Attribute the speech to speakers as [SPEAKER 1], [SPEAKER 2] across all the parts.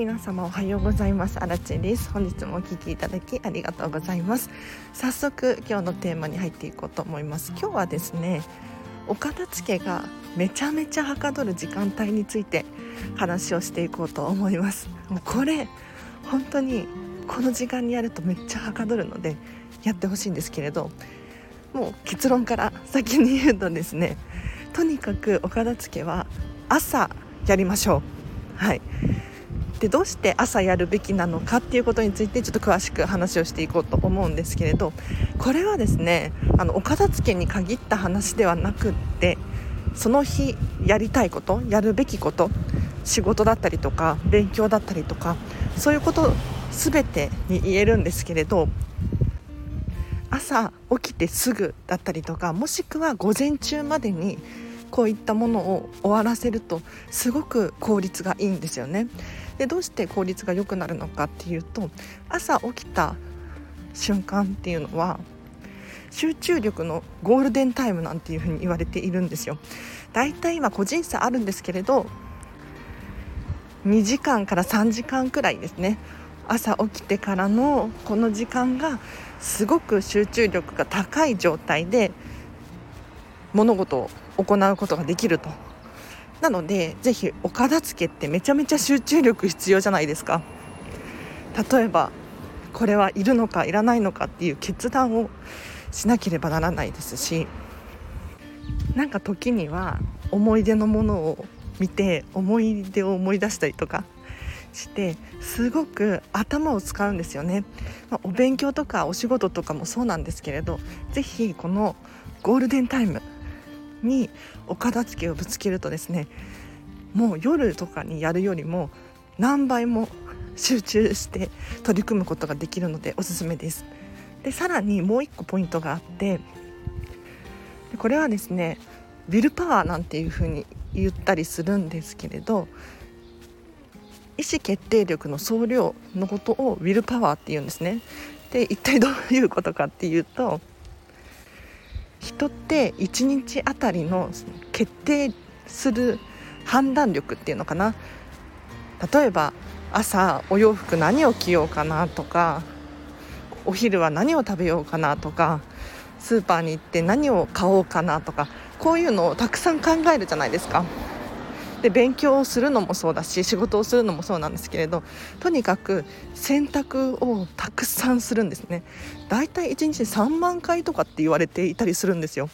[SPEAKER 1] 皆様おはようございます。アラチェです。本日もお聞きいただきありがとうございます。早速今日のテーマに入っていこうと思います。今日はですね、お片付けがめちゃめちゃはかどる時間帯について話をしていこうと思います。もうこれ本当にこの時間にやるとめっちゃはかどるのでやってほしいんですけれど、もう結論から先に言うとですね、とにかくお片付けは朝やりましょう。はい。でどうして朝やるべきなのかっていうことについてちょっと詳しく話をしていこうと思うんですけれど、これはですね、お片付けに限った話ではなくって、その日やりたいこと、やるべきこと、仕事だったりとか勉強だったりとか、そういうこと全てに言えるんですけれど、朝起きてすぐだったりとか、もしくは午前中までにこういったものを終わらせるとすごく効率がいいんですよね。でどうして効率が良くなるのかっていうと、朝起きた瞬間っていうのは集中力のゴールデンタイムなんていうふうに言われているんですよ。だいたい今個人差あるんですけれど、2時間から3時間くらいですね。朝起きてからのこの時間がすごく集中力が高い状態で物事を行うことができると。なのでぜひお片付けってめちゃめちゃ集中力必要じゃないですか。例えばこれはいるのかいらないのかっていう決断をしなければならないですし、なんか時には思い出のものを見て思い出を思い出したりとかしてすごく頭を使うんですよね。お勉強とかお仕事とかもそうなんですけれど、ぜひこのゴールデンタイムにお片付けをぶつけるとですね、もう夜とかにやるよりも何倍も集中して取り組むことができるのでおすすめです。でさらにもう一個ポイントがあって、これはですね、ウィルパワーなんていうふうに言ったりするんですけれど、意思決定力の総量のことをウィルパワーって言うんですね。で一体どういうことかっていうと、人って1日あたりの決定する判断力っていうのかな。例えば朝お洋服何を着ようかなとか、お昼は何を食べようかなとか、スーパーに行って何を買おうかなとか、こういうのをたくさん考えるじゃないですか。で勉強をするのもそうだし仕事をするのもそうなんですけれど、とにかく選択をたくさんするんですね。だいたい1日3万回とかって言われていたりするんですよ。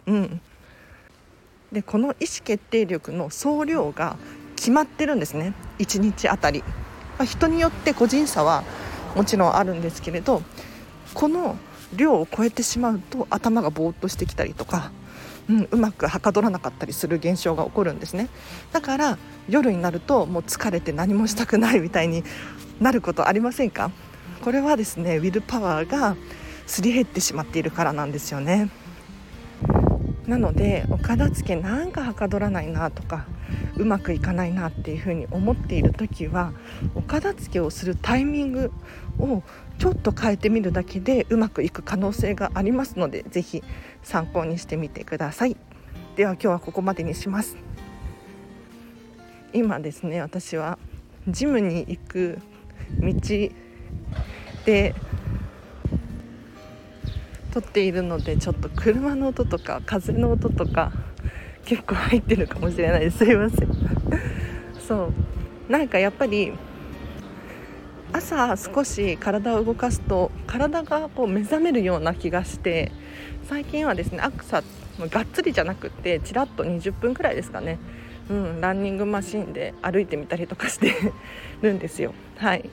[SPEAKER 1] でこの意思決定力の総量が決まってるんですね、1日あたり。人によって個人差はもちろんあるんですけれど、この量を超えてしまうと頭がぼーっとしてきたりとか、うまくはかどらなかったりする現象が起こるんですね。だから夜になるともう疲れて何もしたくないみたいになることありませんか？これはですね、ウィルパワーがすり減ってしまっているからなんですよね。なのでお片付けなんかはかどらないなとかうまくいかないなっていうふうに思っているときは、お片付けをするタイミングをちょっと変えてみるだけでうまくいく可能性がありますので、ぜひ参考にしてみてください。では今日はここまでにします。今ですね、私はジムに行く道で撮っているので、ちょっと車の音とか風の音とか結構入ってるかもしれないです。すいませんなんかやっぱり朝少し体を動かすと体がこう目覚めるような気がして、最近はですね、朝がっつりじゃなくてちらっと20分くらいですかね、ランニングマシンで歩いてみたりとかしてるんですよ。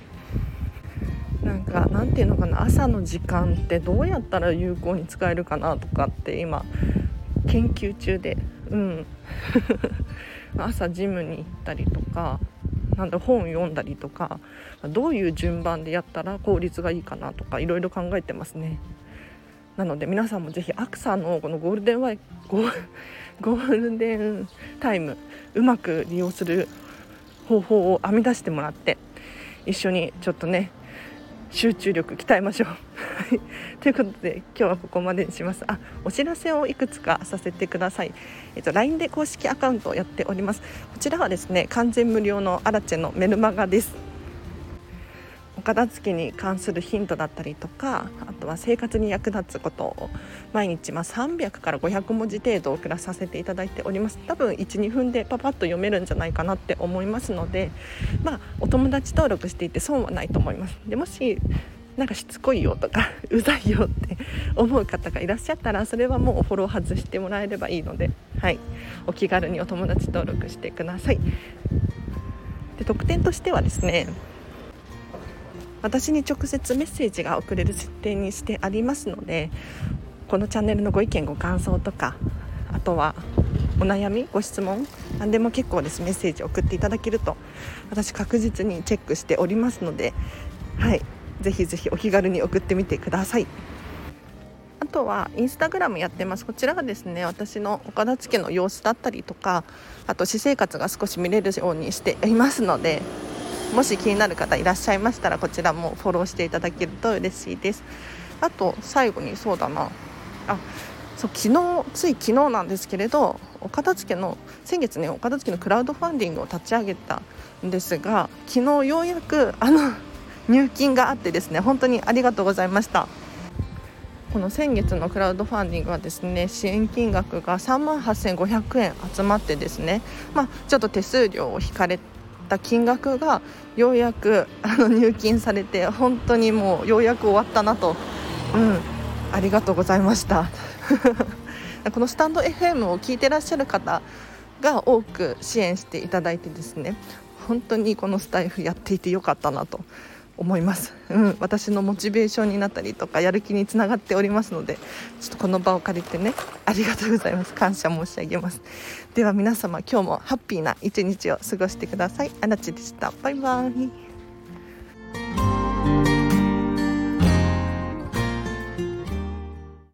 [SPEAKER 1] なんていうのかな、朝の時間ってどうやったら有効に使えるかなとかって今研究中で、朝ジムに行ったりとか、本読んだりとか、どういう順番でやったら効率がいいかなとかいろいろ考えてますね。なので皆さんもぜひ朝のこのゴールデンタイムうまく利用する方法を編み出してもらって、一緒にちょっとね集中力鍛えましょうということで今日はここまでにします。お知らせをいくつかさせてください。LINE で公式アカウントをやっております。こちらはですね、完全無料のアラチェのメルマガです。 お片付けに関するヒントだったりとか、あとは生活に役立つことを毎日300から500文字程度送らさせていただいております。多分 1,2 分でパパッと読めるんじゃないかなって思いますので、お友達登録していて損はないと思います。でもしなんかしつこいよとかうざいよって思う方がいらっしゃったら、それはもうフォロー外してもらえればいいので、お気軽にお友達登録してください。で、特典としてはですね、私に直接メッセージが送れる設定にしてありますので、このチャンネルのご意見ご感想とか、あとはお悩みご質問何でも結構です。メッセージ送っていただけると私確実にチェックしておりますので、ぜひぜひお気軽に送ってみてください。あとはインスタグラムやってます。こちらがですね、私のお片付けの様子だったりとか、あと私生活が少し見れるようにしていますので、もし気になる方いらっしゃいましたら、こちらもフォローしていただけると嬉しいです。あと最後につい昨日なんですけれど、先月ね、お片付けのクラウドファンディングを立ち上げたんですが、昨日ようやく入金があってですね、本当にありがとうございました。この先月のクラウドファンディングはですね、支援金額が38,500円集まってですね、ちょっと手数料を引かれた金額がようやく入金されて、本当にもうようやく終わったなと、ありがとうございましたこのスタンド FM を聞いてらっしゃる方が多く支援していただいてですね、本当にこのスタイフやっていてよかったなと思います。私のモチベーションになったりとかやる気につながっておりますので、ちょっとこの場を借りてね、ありがとうございます。感謝申し上げます。では皆様、今日もハッピーな一日を過ごしてください。あらちでした。バイバイ。